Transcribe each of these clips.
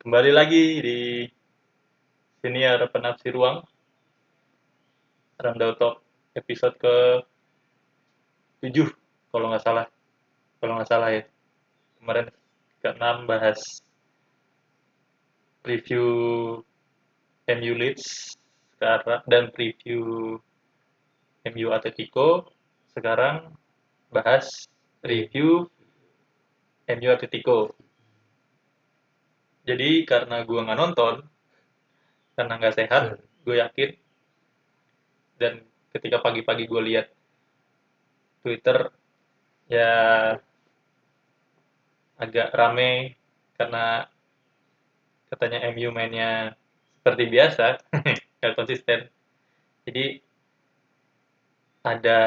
Kembali lagi di siniar penafsir ruang Ramdau Talk episode ke-7 kalau nggak salah. Kalau nggak salah ya. Kemarin ke-6 bahas review MU Leeds sekarang dan preview MU Atletico. Sekarang bahas review MU Atletico. Jadi karena gua nggak nonton, karena nggak sehat, gue yakin. Dan ketika pagi-pagi gue lihat Twitter, ya agak rame karena katanya MU mainnya seperti biasa, nggak konsisten. Jadi ada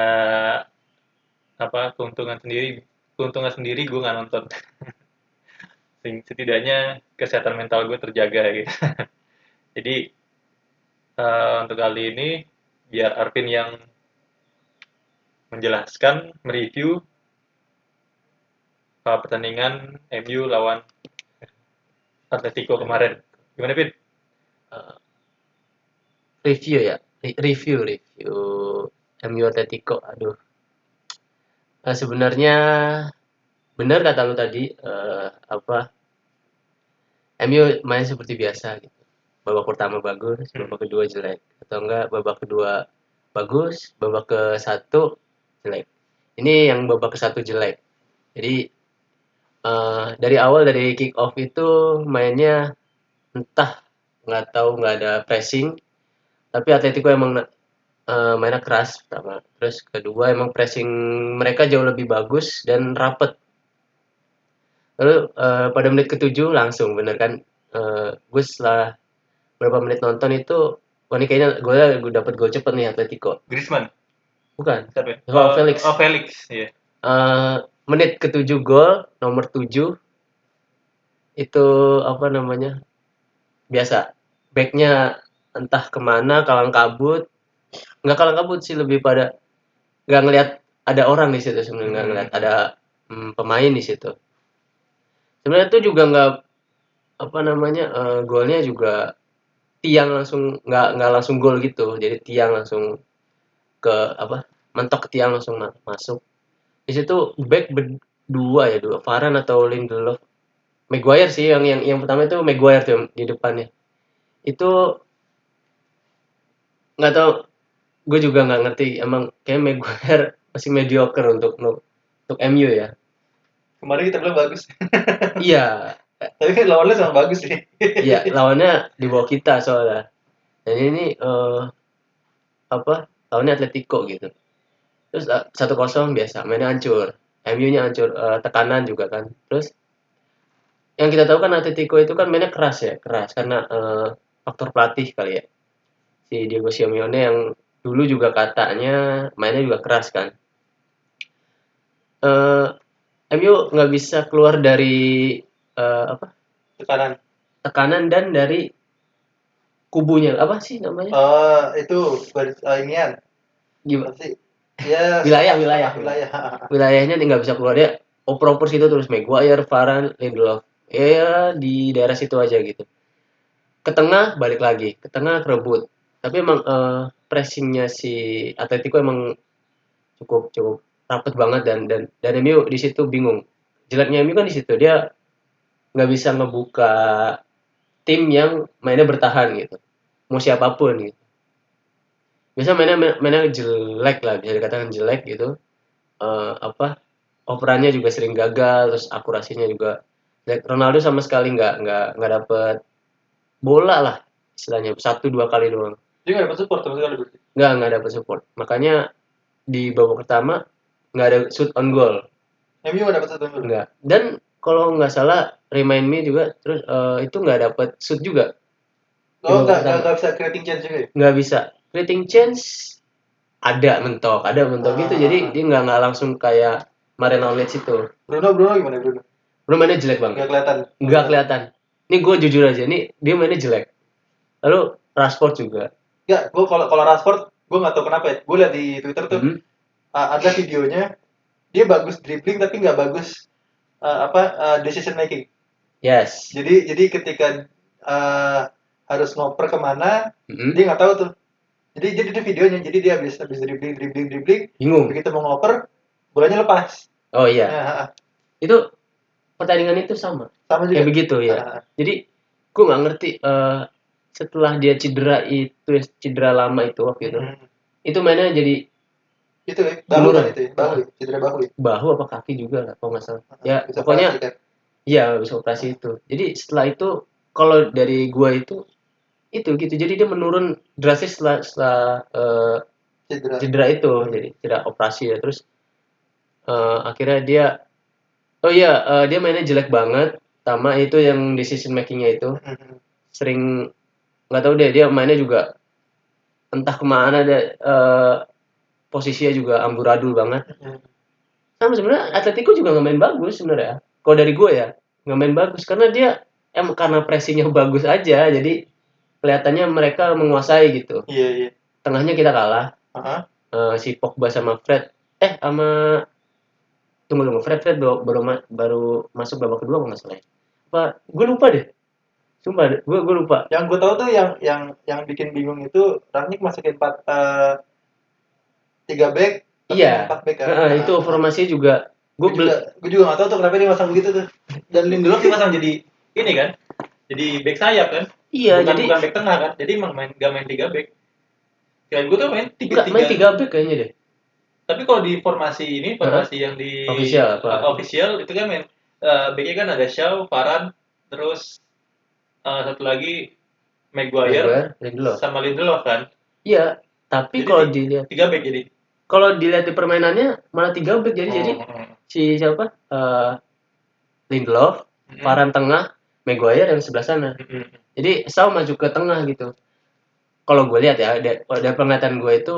keuntungan sendiri gue nggak nonton. Setidaknya kesehatan mental gue terjaga gitu. Jadi untuk kali ini biar Arvin yang menjelaskan, mereview pertandingan MU lawan Atletico kemarin. Gimana, Vin? Uh, review ya, review MU Atletico. Aduh, sebenarnya benar kata lu tadi, MU main seperti biasa gitu. Babak pertama bagus, babak kedua jelek, atau enggak babak kedua bagus, babak ke satu jelek. Ini yang babak ke satu jelek. Jadi dari awal, dari kick off itu mainnya entah, nggak ada pressing, tapi Atletico emang mainnya keras pertama. Terus kedua emang pressing mereka jauh lebih bagus dan rapet. Lalu pada menit ke-7 langsung bener kan, gue setelah berapa menit nonton itu, wah ini kayaknya gue dapet gol cepet nih Atletico. Griezmann. Bukan. Siapa? Felix. Felix, iya. Menit ke-7 gol, nomor 7 itu apa namanya? Biasa. Backnya entah kemana, kalang kabut. Nggak kalang kabut sih, lebih pada nggak ngelihat ada orang di situ sebenarnya, nggak ngelihat ada pemain di situ. Sebenarnya itu juga nggak apa namanya, golnya juga tiang langsung, nggak langsung gol gitu. Jadi tiang langsung ke apa? Mentok ke tiang langsung masuk. Di situ back berdua ya, dua Varane atau Lindelof. Maguire sih yang pertama itu Maguire tuh di depannya. Itu nggak tahu, gue juga nggak ngerti, emang kayak Maguire masih mediocre untuk MU ya. Kemarin kita bilang bagus. Iya. Tapi kan lawannya sama bagus sih. Iya, lawannya di bawah kita soalnya. Dan ini lawannya Atletico gitu. Terus 1-0 biasa, mainnya hancur. MU-nya hancur, tekanan juga kan. Terus yang kita tahu kan Atletico itu kan mainnya keras ya, keras karena faktor pelatih kali ya. Si Diego Simeone yang dulu juga katanya mainnya juga keras kan. MU nggak bisa keluar dari tekanan dan dari kubunya, apa sih namanya? Itu inian. Gimana sih? Ya, wilayahnya nggak bisa keluar, dia oper situ terus Maguire, Varane, Lindelof. Ya di daerah situ aja gitu. Ke tengah balik lagi, ke tengah kerebut. Tapi emang pressingnya si Atletico emang cukup cukup rapet banget, dan MU di situ bingung. Jeleknya MU kan di situ, dia nggak bisa ngebuka tim yang mainnya bertahan gitu. Mau siapapun gitu. Biasa mainnya jelek lah, bisa dikatakan jelek gitu. Operannya juga sering gagal, terus akurasinya juga jelek. Ronaldo sama sekali nggak dapet bola lah, istilahnya 1-2 kali doang. Dia nggak dapat support sama sekali berarti. Nggak dapet support. Makanya di babak pertama nggak ada shoot on goal. MU nggak dapat satu gol. Nggak. Dan kalau nggak salah, remind me juga, terus itu nggak dapet shoot juga. Nggak bisa creating chance juga ya? Nggak bisa. Creating chance ada mentok gitu. Jadi dia nggak langsung kayak Mariano Leeds itu. Bruno gimana Bruno? Bruno mainnya jelek banget. Nggak kelihatan. Ini gue jujur aja, ini dia mainnya jelek. Lalu Rashford juga. Nggak, gue kalau Rashford, gue nggak tahu kenapa ya. Gue lihat di Twitter tuh ada videonya, dia bagus dribbling tapi nggak bagus decision making. Yes. Jadi ketika harus ngoper kemana, Mm-mm. dia nggak tahu tuh. Jadi dia videonya, jadi dia habis dribbling, Bingung. begitu mau ngoper, bolanya lepas. Oh iya. Nah, Itu pertandingan itu sama. sama juga. Kayak begitu ya. Jadi gue nggak ngerti setelah dia cedera lama itu waktu itu. Itu mainnya jadi itu bahu menurun. kan itu bahu, cedera bahu. Bahu apa kaki juga lah kalau nggak salah. Ya Bisa pokoknya operasi, kan? iya bisa operasi itu. Jadi setelah itu kalau dari gua itu gitu. Jadi dia menurun drastis setelah cedera itu. Jadi cedera operasi ya. Terus akhirnya dia dia mainnya jelek banget. Sama itu yang decision makingnya itu sering nggak tahu deh, dia mainnya juga entah kemana deh, posisinya juga amburadul banget. Sama sebenarnya Atletico juga nggak main bagus sebenarnya. Kalau dari gue ya nggak main bagus karena dia karena pressingnya bagus aja, jadi kelihatannya mereka menguasai gitu. Iya. Tengahnya kita kalah. Si Pogba sama Fred sama tunggu Fred baru masuk babak kedua nggak salah. Apa gue lupa deh. Sumpah gue lupa. Yang gue tahu tuh yang bikin bingung itu Rangnick masukin 3 back. Iya. 4 back kan. Itu formasi juga gue juga nggak tahu tuh kenapa dia masang begitu tuh. Dan Lindelof dimasang jadi ini kan, jadi back sayap kan. Iya, bukan back tengah kan, jadi emang gak main 3 back. Kirain gue tuh main 3 back kayaknya deh. Tapi kalau di formasi yang di official itu kan main backnya kan ada Shaw, Varane, terus satu lagi Maguire sama Lindelof kan. Iya, tapi kalau dilihat 3 back jadi. Kalau dilihat di permainannya malah 3 back jadi si siapa? Lindelof, Varane tengah, Maguire yang sebelah sana. Jadi Shaw maju ke tengah gitu. Kalau gue lihat ya, dari penglihatan gue itu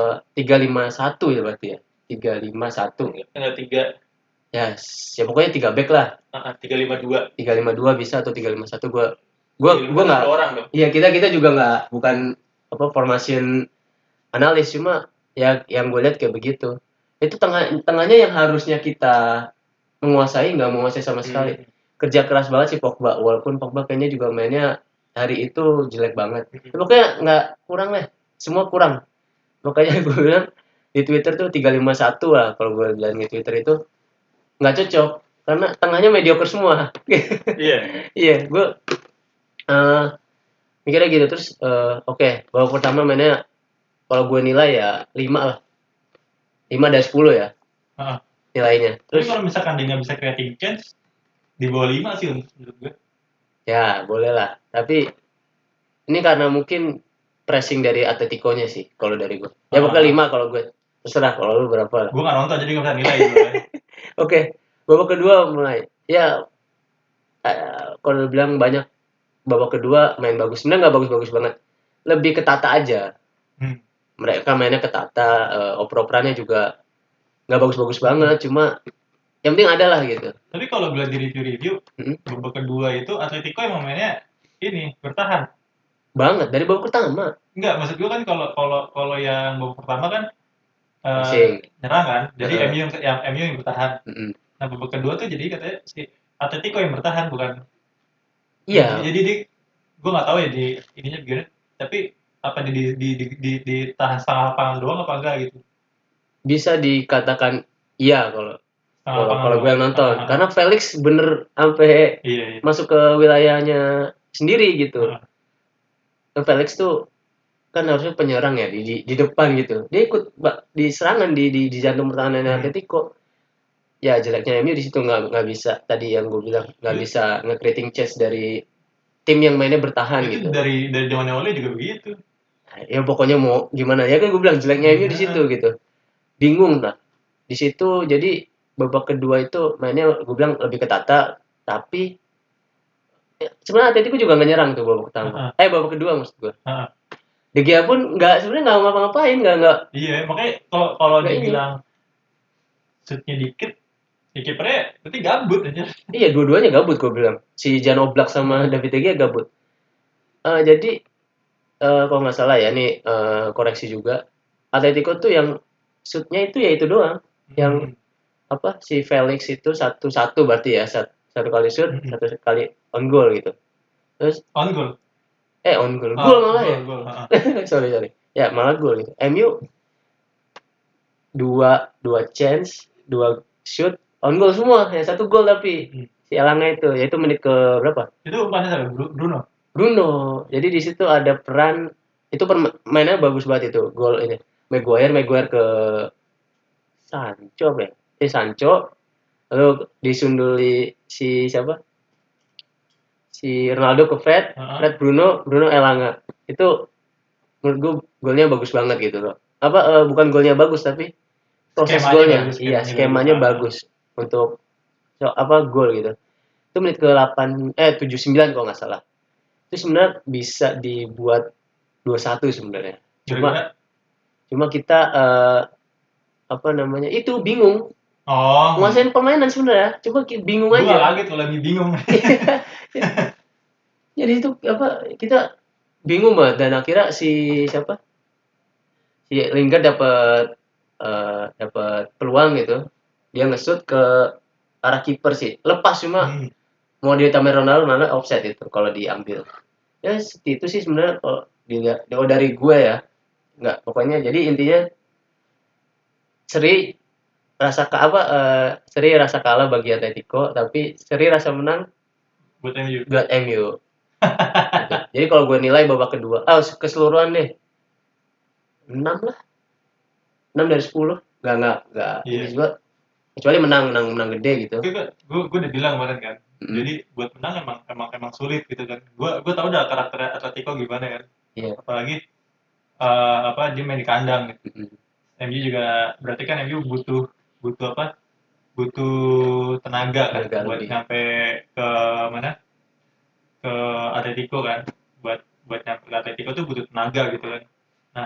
3-5-1 ya berarti ya. 3-5-1. Enggak 3. Ya pokoknya 3 back lah. 3-5-2. 3-5-2 bisa atau 3-5-1 gue nggak. Iya kita juga nggak, bukan formation analis, cuma ya yang gue lihat kayak begitu. Itu tengahnya yang harusnya kita menguasai nggak menguasai sama sekali. Kerja keras banget sih Pogba, walaupun Pogba kayaknya juga mainnya hari itu jelek banget. Pokoknya nggak kurang lah, semua kurang. Makanya gue bilang di Twitter tuh 3-5-1 lah, kalau gue bilang di Twitter itu nggak cocok karena tengahnya mediocre semua. Iya, gue mikirnya gitu. Terus oke, babak pertama mainnya kalau gue nilai ya 5 lah, 5 dari 10 ya nilainya. Terus kalau misalkan dia nggak bisa creating chance di bawah 5 sih menurut gue. Ya boleh lah, tapi ini karena mungkin pressing dari Atletico-nya sih kalau dari gue. Ya pokoknya 5 kalau gue. Terserah kalau lu berapa lah. Gue nggak nonton jadi nggak bisa nilai gitu. Oke, babak kedua mulai. Ya kalau bilang banyak babak kedua main bagus. Sebenarnya nggak bagus-bagus banget. Lebih ketata aja. Mereka mainnya ketata, oper-operannya juga nggak bagus-bagus banget. Cuma yang penting ada lah gitu. Tapi kalau gue di review babak kedua itu Atletico emang mainnya ini bertahan banget dari babak pertama. Enggak, maksud gue kan kalau yang babak pertama kan nyerang kan, jadi MU yang bertahan. Nah babak kedua tuh jadi katanya si Atletico yang bertahan, bukan? Iya. Jadi gue nggak tahu ya di ininya gimana, tapi apa di tahan setengah lapangan doang apa enggak gitu? Bisa dikatakan iya kalau gue yang nonton, karena Felix bener sampai masuk ke wilayahnya sendiri gitu. Felix tuh kan harusnya penyerang ya di depan gitu. Dia ikut di serangan di jantung pertahanan Atletico. Ya jeleknya MU di situ nggak bisa, tadi yang gue bilang nggak bisa nge-creating chance dari tim yang mainnya bertahan itu gitu. Dari zaman awalnya juga begitu. Ya pokoknya mau gimana ya kan gue bilang jeleknya MU di situ gitu. Bingung lah di situ. Jadi babak kedua itu mainnya gue bilang lebih ketata, tapi sebenarnya Atletico juga nggak nyerang tuh babak pertama. Babak kedua maksud gue. De Gea pun sebenarnya nggak ngapa-ngapain, nggak. Iya, makanya kalau dibilang shootnya dikit, ya kipernya berarti gabut aja. Iya, dua-duanya gabut gue bilang. Si Jan Oblak sama David De Gea gabut. Jadi kalau nggak salah ya nih, koreksi juga. Atletico tuh yang shootnya itu ya itu doang. Yang si Felix itu satu berarti ya, satu kali shoot, satu kali on goal gitu. Terus on goal. Gol malah ya. Goal. sorry. Ya, malah gol gitu. MU dua chance, 2 shoot on goal semua. Yang 1 gol tapi si Elanga itu menit ke berapa? Itu umpannya siapa? Bruno. Jadi di situ ada peran itu permainannya bagus banget itu. Gol ini. Maguire ke Sancho apa ya? Sancho. Lalu disunduli si siapa? Si Ronaldo ke Fred Bruno Elanga. Itu menurut gue golnya bagus banget gitu loh. Bukan golnya bagus tapi proses golnya. Iya, skemanya bagus untuk gol gitu. Itu menit ke 79 kalau nggak salah. Itu sebenarnya bisa dibuat 2-1 sebenarnya. Cuma kita itu bingung. Nguasain permainan sebenarnya. Coba bingung aja. Gua kaget kalau lagi bingung. Jadi itu kita bingung banget dan akhirnya si Lingard dapat peluang gitu. Dia nge-shoot ke arah kiper sih. Lepas cuma mau ditambahin Ronaldo offset itu kalau diambil. Ya itu sih sebenarnya kalau dilihat dari gue ya. Enggak, pokoknya jadi intinya seri rasa kalah bagi Atletico, tapi seri rasa menang buat MU. Gitu. Jadi kalau gue nilai babak kedua, keseluruhan deh 6 lah. 6 dari 10. Enggak. Ini juga kecuali menang gede gitu. Gue udah bilang kemarin kan. Jadi buat menang emang sulit gitu kan. Gue tahu udah karakter Atletico gimana kan. Apalagi dia main di kandang gitu. MU juga berarti kan MU butuh tenaga kan buat nyampe ke mana? Ke Atletico kan. Buat nyampe ke Atletico tuh butuh tenaga gitu kan. Nah,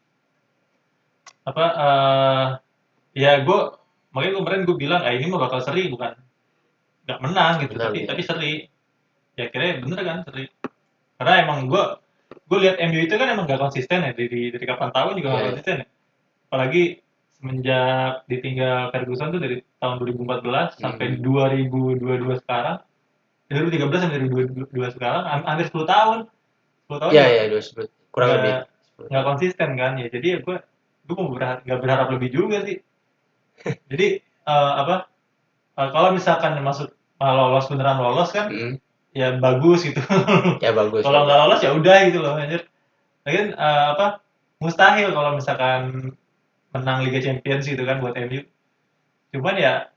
makanya kemarin gue bilang ini mah bakal seri, bukan nggak menang gitu, tapi seri. Ya kira bener kan seri, karena emang gue lihat MU itu kan emang gak konsisten ya, dari kapan tahun juga gak konsisten ya, apalagi semenjak ditinggal Ferguson tuh dari tahun 2014 sampai 2022 sekarang, 2013 sampai 2022 sekarang hampir 10 tahun. Iya 20 kurang lebih nggak konsisten kan ya, jadi gue nggak berharap lebih juga sih. Jadi kalau misalkan masuk beneran lolos kan, ya bagus gitu. Ya bagus. Kalau nggak lolos ya udah gitu loh, anjir. Lagian mustahil kalau misalkan menang Liga Champions gitu kan buat MU. Cuman ya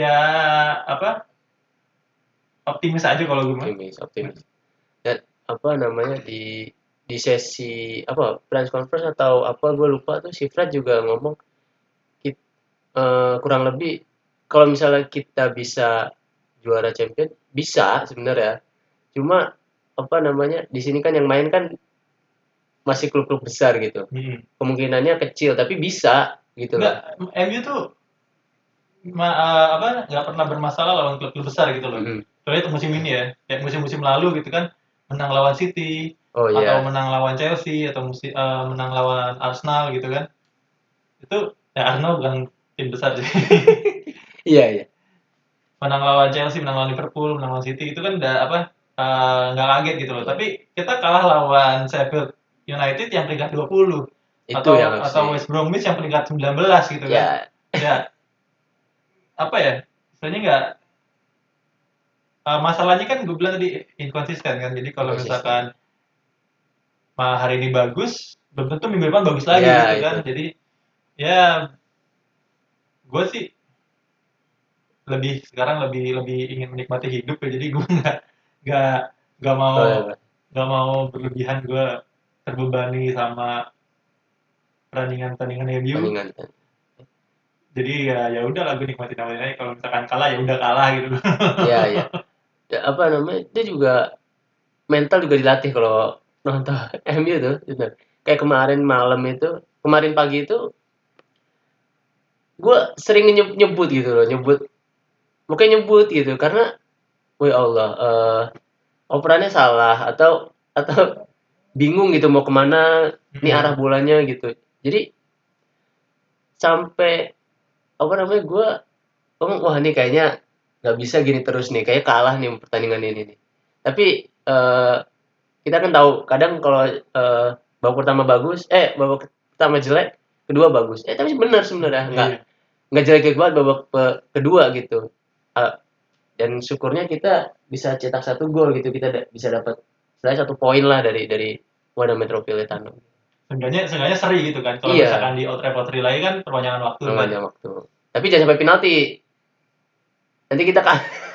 optimis aja kalau gue mah. Optimis. Dan di sesi press conference atau gue lupa tuh, si Fred juga ngomong kurang lebih kalau misalnya kita bisa juara champion bisa sebenarnya, cuma di sini kan yang main kan masih klub-klub besar gitu, kemungkinannya kecil tapi bisa gitu loh. MU tuh nggak pernah bermasalah lawan klub-klub besar gitu loh. Soalnya itu musim ini ya, kayak musim-musim lalu gitu kan, menang lawan City, atau menang lawan Chelsea, atau menang lawan Arsenal gitu kan. Itu Arsenal bukan tim besar sih. Iya. Menang lawan Chelsea, menang lawan Liverpool, menang lawan City, itu kan udah nggak kaget gitu loh. Tapi kita kalah lawan Sheffield United yang peringkat 20. Atau West Bromwich yang peringkat 19 gitu kan. Ya. Istilahnya nggak, masalahnya kan gue bilang tadi inkonsisten kan. Jadi kalau misalkan hari ini bagus, belum tentu minggu depan bagus lagi gitu kan. Jadi ya gue sih sekarang lebih ingin menikmati hidup ya. Jadi gue nggak mau berlebihan, gue terbebani sama pertandingan MU. Jadi ya udah lah, gue nikmatin aja. Kalau misalkan kalah ya udah kalah gitu. Iya. Itu juga mental juga dilatih kalau nonton MU tuh. Kayak kemarin pagi itu gue sering nyebut gitu loh, nyebut gitu karena wih Allah, operannya salah atau bingung gitu mau kemana ini arah bolanya gitu. Jadi sampai gue wah ini kayaknya nggak bisa gini terus nih, kayak kalah nih pertandingan ini nih. Tapi kita kan tahu kadang kalau babak pertama bagus, babak pertama jelek, kedua bagus. Tapi benar sebenarnya nggak jelek banget babak kedua gitu. Dan syukurnya kita bisa cetak 1 gol gitu, kita bisa dapat 1 poin lah dari Wada Metropolitano. Seenggaknya seri gitu kan. Kalau misalkan di Old Trafford lagi kan perpanjangan waktu. Tapi jangan sampai penalti. Nanti kita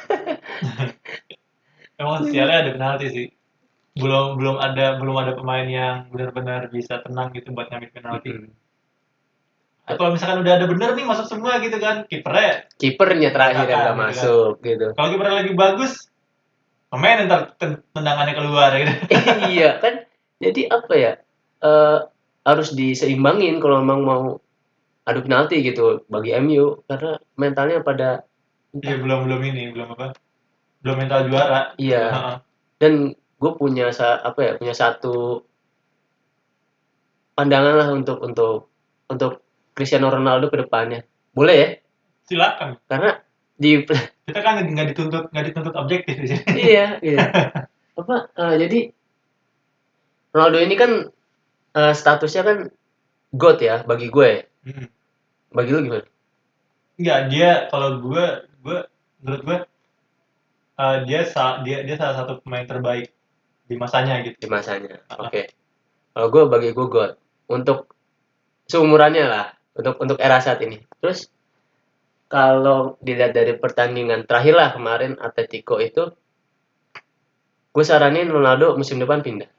Emang sialnya ada penalti sih. Belum ada pemain yang benar-benar bisa tenang gitu buat nyamit penalti. Kalau misalkan udah ada bener nih masuk semua gitu kan, kipernya terakhir yang nggak masuk gitu. Kalau kipernya lagi bagus, pemain ntar tendangannya keluar gitu. Iya kan, jadi apa ya, harus diseimbangin kalau memang mau adu penalti gitu bagi MU, karena mentalnya pada belum mental juara. Iya. Dan gue punya satu pandangan lah untuk Cristiano Ronaldo ke depannya. Boleh ya? Silakan. Karena kita kan nggak dituntut objektif di sini. Iya. Jadi Ronaldo ini kan statusnya kan GOAT ya bagi gue. Bagi lu gimana? Enggak, dia kalau menurut gue dia salah satu pemain terbaik di masanya gitu. Di masanya. Oke. Kalau bagi gue GOAT untuk seumurannya lah, untuk era saat ini. Terus kalau dilihat dari pertandingan terakhir lah kemarin Atletico itu, gue saranin Ronaldo musim depan pindah.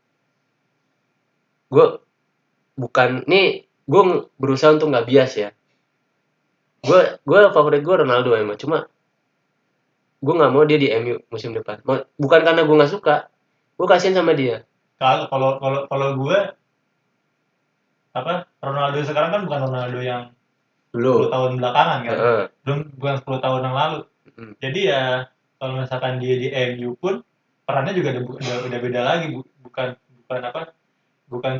Gue berusaha untuk nggak bias ya. Gue favorit gue Ronaldo emang, cuma gue nggak mau dia di MU musim depan. Bukan karena gue nggak suka, gue kasihan sama dia. Kalau gue Ronaldo sekarang kan bukan Ronaldo yang 10 tahun belakangan kan, bukan 10 tahun yang lalu. Jadi ya kalau misalkan dia di MU pun perannya juga udah beda lagi, bukan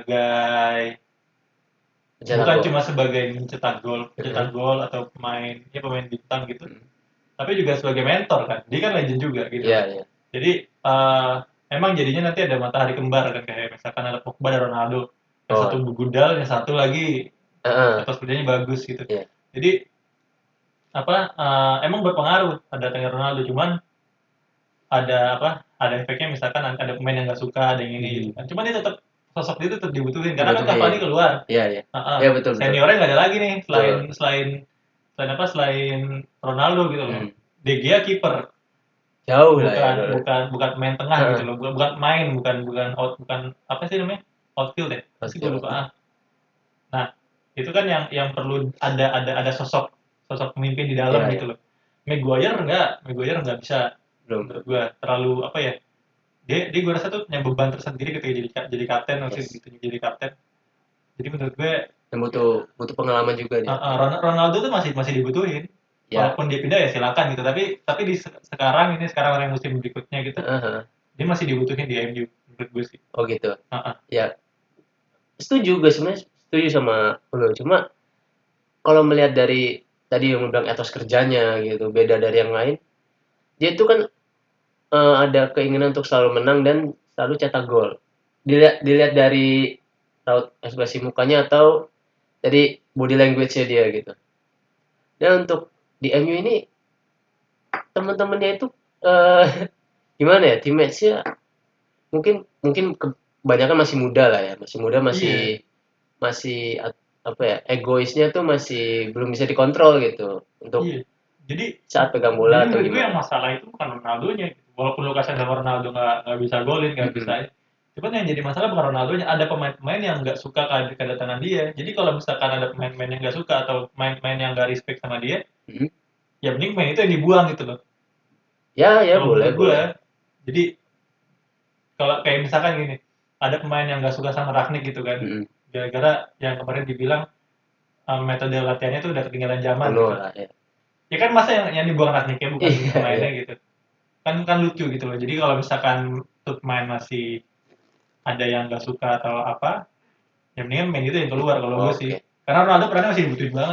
cuma sebagai mencetak gol atau pemain bintang gitu, tapi juga sebagai mentor kan. Dia kan legend juga gitu. Jadi emang jadinya nanti ada matahari kembar kan, kayak misalkan ada Pogba dan Ronaldo, yang satu begudal, yang satu lagi atas kerjanya bagus gitu. Jadi emang berpengaruh ada datangnya Ronaldo, cuman ada efeknya, misalkan ada pemain yang nggak suka, ada yang ini gitu kan. Cuman dia tetap, sosok dia tetap dibutuhin karena kan Cavani keluar. Iya. Betul. Seniornya nggak ada lagi nih selain Ronaldo gitu loh. De Gea kiper. Jauh bukan main tengah gitu loh, bukan apa sih namanya, outfield ya, pasti gue lupa. Nah itu kan yang perlu ada sosok pemimpin di dalam gitu loh. Maguire nggak bisa, menurut gue terlalu dia gue rasa tuh punya beban tersendiri ketika jadi kapten waktu gitu, jadi kapten. Jadi menurut gue yang butuh pengalaman juga dia. Ronaldo tuh masih dibutuhin. Walaupun dia pindah ya silakan gitu, tapi di sekarang orang musim berikutnya gitu, dia masih dibutuhin di MU menurut gue sih. Oh gitu. Ya setuju sama lo, cuma kalau melihat dari tadi yang bilang etos kerjanya gitu beda dari yang lain, dia itu kan ada keinginan untuk selalu menang dan selalu cetak gol. Dilihat dari raut ekspresi mukanya atau dari body language-nya dia gitu. Dan untuk di MU ini teman-temannya itu gimana ya, teammates-nya mungkin kebanyakan masih muda lah ya, masih egoisnya tuh masih belum bisa dikontrol gitu untuk jadi saat pegang bola atau gimana. Jadi yang masalah itu bukan Ronaldonya, walaupun lu kasih sama Ronaldo nggak bisa golin, nggak bisa. Cuman yang jadi masalah bukan Ronaldonya, ada pemain-pemain yang nggak suka kedatangan dia. Jadi kalau misalkan ada pemain-pemain yang nggak suka atau pemain-pemain yang nggak respect sama dia, ya mending pemain itu yang dibuang gitu loh. Ya boleh. Jadi kalau kayak misalkan gini, ada pemain yang nggak suka sama Rangnick gitu kan, gara-gara yang kemarin dibilang metode latihannya tuh udah ketinggalan zaman gitu. Ya kan masa yang dibuang Rangnicknya bukan pemainnya gitu. Kan lucu gitu loh. Jadi kalau misalkan pemain masih ada yang nggak suka atau apa, ya mendingan main itu yang keluar kalau gue sih. Karena Ronaldo perannya masih dibutuhin banget.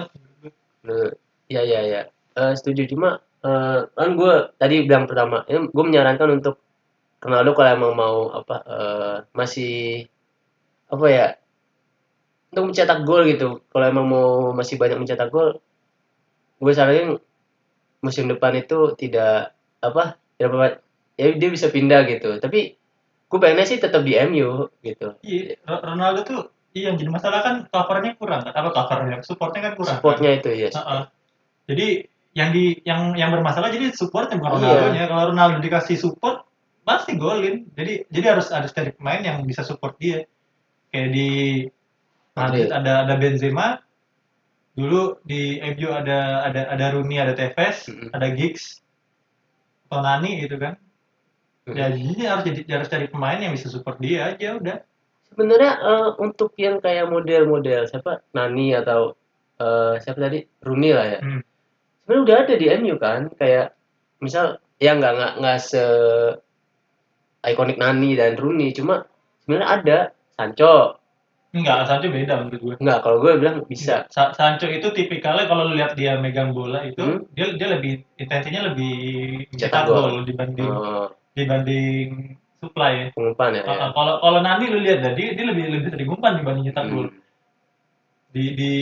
Ya. Setuju, cuma kan gue tadi bilang pertama, gue menyarankan untuk Ronaldo kalau emang mau masih apa ya, untuk mencetak gol gitu. Kalau emang mau masih banyak mencetak gol, gue saranin musim depan itu tidak ya dia bisa pindah gitu. Tapi gue pengennya sih tetap di MU gitu. Iya, Ronaldo tuh yang jadi masalah kan covernya kurang kan? Apa covernya? Supportnya kan kurang Supportnya kan? itu ya. Support. Jadi yang bermasalah jadi supportnya bukan Ronaldo-nya. Kalau Ronaldo dikasih support pasti golin. Jadi harus cari pemain yang bisa support dia. Kayak di Madrid ada Benzema, dulu di MU ada Rooney, ada Tevez, ada Giggs, Tonani gitu kan. Ya jadi harus cari pemain yang bisa support dia aja udah. Sebenarnya untuk yang kayak model-model siapa Nani atau siapa tadi Rooney lah ya. Sebenarnya udah ada di MU kan, kayak misal ya nggak se ikonik Nani dan Rooney, cuma sebenarnya ada Sancho. Enggak, Sancho beda menurut gue. Enggak, kalau gue bilang bisa. Sancho itu tipikalnya kalau lu lihat dia megang bola itu dia lebih intensinya lebih cetak gol dibanding supply ya. Pengumpan ya. Kalau Nani lu lihat dia lebih sering umpan dibanding cetak gol. Di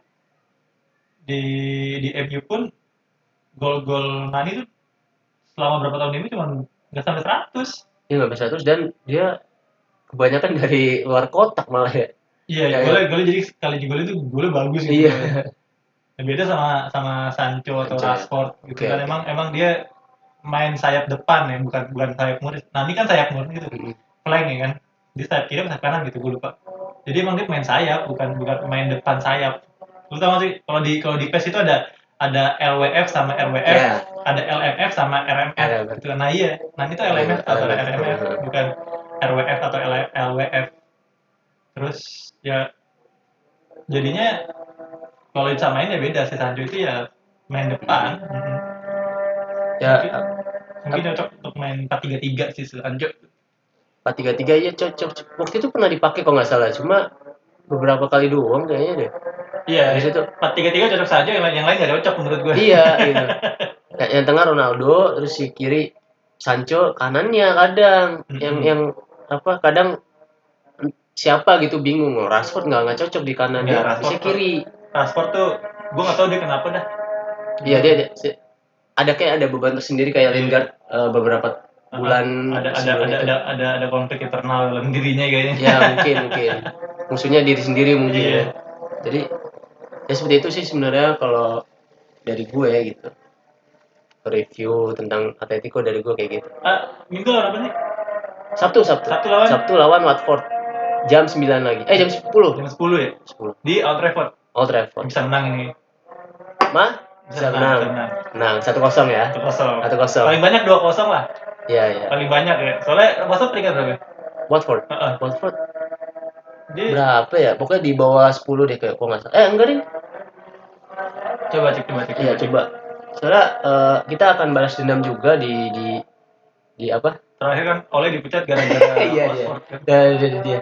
MU pun gol Nani tuh selama berapa tahun ini cuma nggak sampai 100. Iya nggak sampai 100 dan dia kebanyakan dari luar kotak malah ya. Iya, golnya jadi sekali gol itu golnya bagus gitu. Iya. Beda sama Sancho atau Rashford gitu kan. Emang dia main sayap depan ya, bukan sayap murni. Nah, ini kan sayap murni gitu. Flank ya kan. Dia sayap kiri sayap kanan gitu, gue lupa. Jadi emang dia main sayap, bukan main depan sayap. Lu tau gak sih kalau di PES itu ada LWF sama RWF, ada LMF sama RMF gitu kan. Nah iya, nah itu LMF atau RMF, bukan RWF atau LWF. Terus ya jadinya kalau disamain ya beda. Si Sancho itu ya main depan. Mungkin cocok untuk main 4-3-3 sih Sancho. 4-3-3 ya cocok. Waktu itu pernah dipakai kalau nggak salah, cuma beberapa kali doang kayaknya deh. Iya, di situ 4-3-3 cocok saja, yang lain nggak cocok menurut gue. Iya, gitu. Yang tengah Ronaldo, terus si kiri Sancho, kanannya kadang yang kadang siapa gitu bingung. Rashford nggak cocok di kanan dia, si kiri. Rashford tuh gue nggak tahu dia kenapa dah. Iya dia ada beban tersendiri kayak Lingard beberapa bulan ada konflik internal dalam dirinya kayaknya. Ya mungkin musuhnya diri sendiri mungkin. Iya. Jadi ya seperti itu sih sebenarnya kalau dari gue gitu, review tentang Atletico dari gue kayak gitu. Minggu lawan apa nih? Sabtu lawan Watford jam 9 lagi. Jam 10 ya? 10 di Old Trafford. Bisa menang ini. Bisa menang 1-0 ya. 1-0. Paling banyak 2-0 lah. Iya. Paling banyak ya. Soalnya Watford peringkat berapa? Watford berapa ya? Pokoknya di bawah 10 deh kayak kok nggak salah. Enggak deh. Coba cek. Iya, coba. Soalnya kita akan balas dendam juga di apa? Terakhir kan Oleh dipecat gara-gara Watford. Iya. Dia.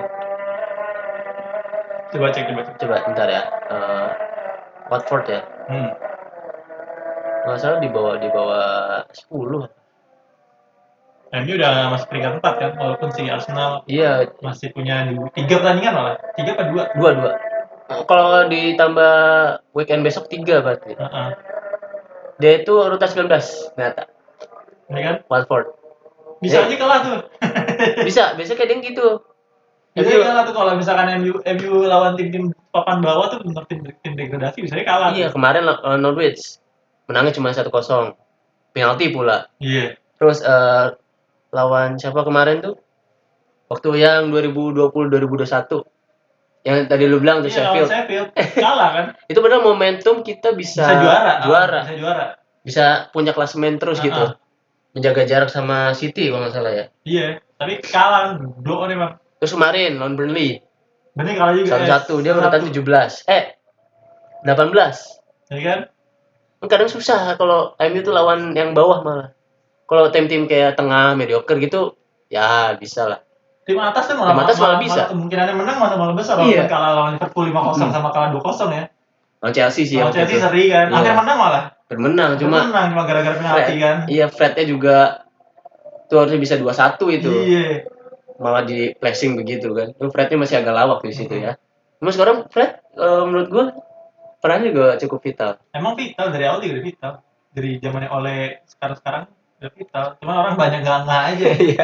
Coba cek. Coba bentar ya. Watford ya. Nggak salah di bawah 10. MU udah masih peringkat 4 kan, walaupun si Arsenal masih punya 3 pertandingan malah. 3 apa 2? 2. Kalau ditambah weekend besok 3 berarti. Dia itu urutan 19 ternyata. Ini kan? Watford. Bisa aja kalah tuh. Bisa kayak gitu. Bisa kalah tuh kalau misalkan MU lawan tim papan bawah tuh bener tim degradasi bisa kalah. Iya, kemarin lawan Norwich menangnya cuma 1-0. Penalti pula. Iya. Terus lawan siapa kemarin tuh? Waktu yang 2020-2021. Yang tadi lu bilang tuh Sheffield. Kalah kan? Itu benar momentum kita bisa juara. Bisa punya klasemen terus gitu. Menjaga jarak sama City kalau nggak salah ya. Iya, tapi kalah blow on emang. Terus kemarin lawan Burnley kalah juga. 1-1 dia urutan 18. 18. Ya kan? Kadang susah kalau MU tuh lawan yang bawah malah. Kalau tim-tim kayak tengah mediocre gitu ya bisa lah. Tim atas kan malah bisa. Kemungkinannya menang malah besar. Walaupun kalah lawan Liverpool 5-0 sama kalah 2-0 ya. Lawan Chelsea sih. Lawan Chelsea seri kan. Akhir menang malah. Menang cuma gara-gara penalti kan. Iya, Fred-nya juga Itu harusnya bisa 2-1 itu. Iya. Malah di flashing begitu kan. Itu Frednya masih agak lawak di situ ya. Cuma sekarang Fred menurut gua perannya juga cukup vital. Emang vital dari awal juga udah vital. Dari zamannya oleh sekarang udah vital. Cuma orang banyak nggak aja. Iya.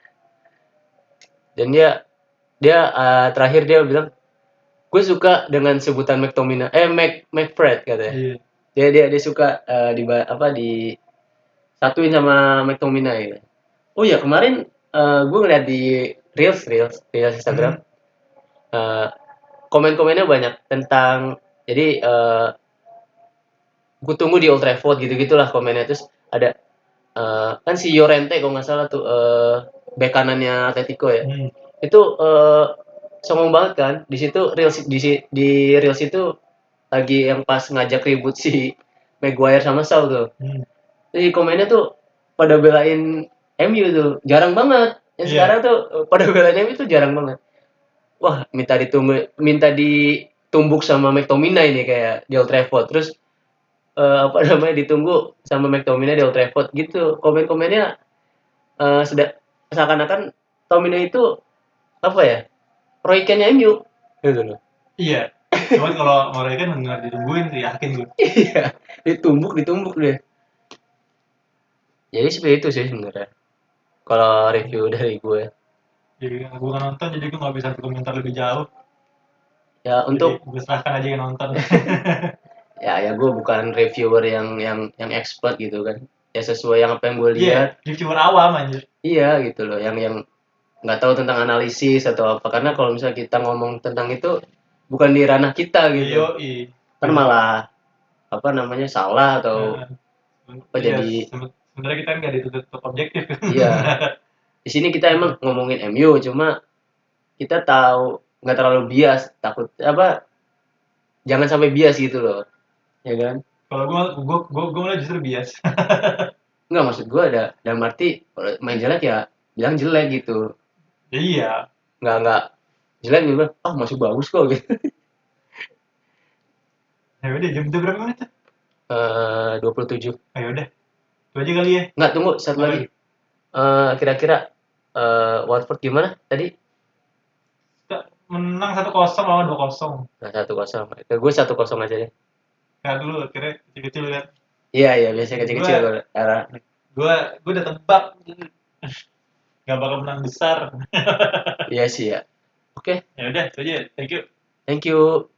Dan dia terakhir dia bilang, gue suka dengan sebutan McTominay, McFred katanya. Iya. Dia suka di satuin sama McTominay. Oh ya kemarin gue ngeliat di reels Instagram, komen-komennya banyak tentang jadi gue tunggu di Old Trafford gitu-gitulah komennya. Terus ada kan si Llorente kalau nggak salah tuh bek kanannya Atletico ya. Itu songong banget kan. Di situ di reels itu lagi yang pas ngajak ribut si Maguire sama Shaw tuh. Jadi komennya tuh pada belain MU tuh. Jarang banget. Yang sekarang tuh pada belain MU tuh jarang banget. Wah, minta ditumbuk sama McTominay nih kayak di Old Trafford. Terus ditunggu sama McTominay di Old Trafford gitu. Komen-komennya sudah seakan-akan Tominay itu apa ya? Roy Keane MU gitu loh. Iya. Cuman kalau Roy Keane nggak ditungguin sih, yakin gue. Iya, ditumbuk deh. Jadi seperti itu sih sebenarnya. Kalau review dari gue. Jadi gue nggak nonton, jadi gue nggak bisa berkomentar lebih jauh. Ya untuk gue serahkan aja yang nonton. ya gue bukan reviewer yang expert gitu kan. Ya sesuai yang apa yang gue lihat. Iya, reviewer awam anjir. Iya gitu loh, yang nggak tahu tentang analisis atau apa, karena kalau misalnya kita ngomong tentang itu bukan di ranah kita gitu. Kan malah apa namanya salah atau apa jadi sebenarnya kita nggak ditutup objektif. Iya. Di sini kita emang ngomongin MU, cuma kita tahu nggak terlalu bias, takut apa jangan sampai bias gitu loh, ya kan? Kalau gue malah justru bias. Nggak, maksud gue ada dalam arti main jelek ya bilang jelek gitu. Iya. Nggak jelek juga, masih bagus kok gitu. Ya udah, jam berapa menit tuh? 27. Ayo udah. Itu aja kali ya. Nggak, tunggu satu lagi. Kira-kira Watford gimana tadi? Menang 1-0 lawan 2-0. Nah, 1-0. Gue 1-0 aja deh. Nah dulu akhirnya kecil-kecil kan. Iya, biasanya kecil-kecil gue udah tebak nggak bakal menang besar. Iya sih ya. Oke. Ya udah, itu aja. Thank you. Thank you.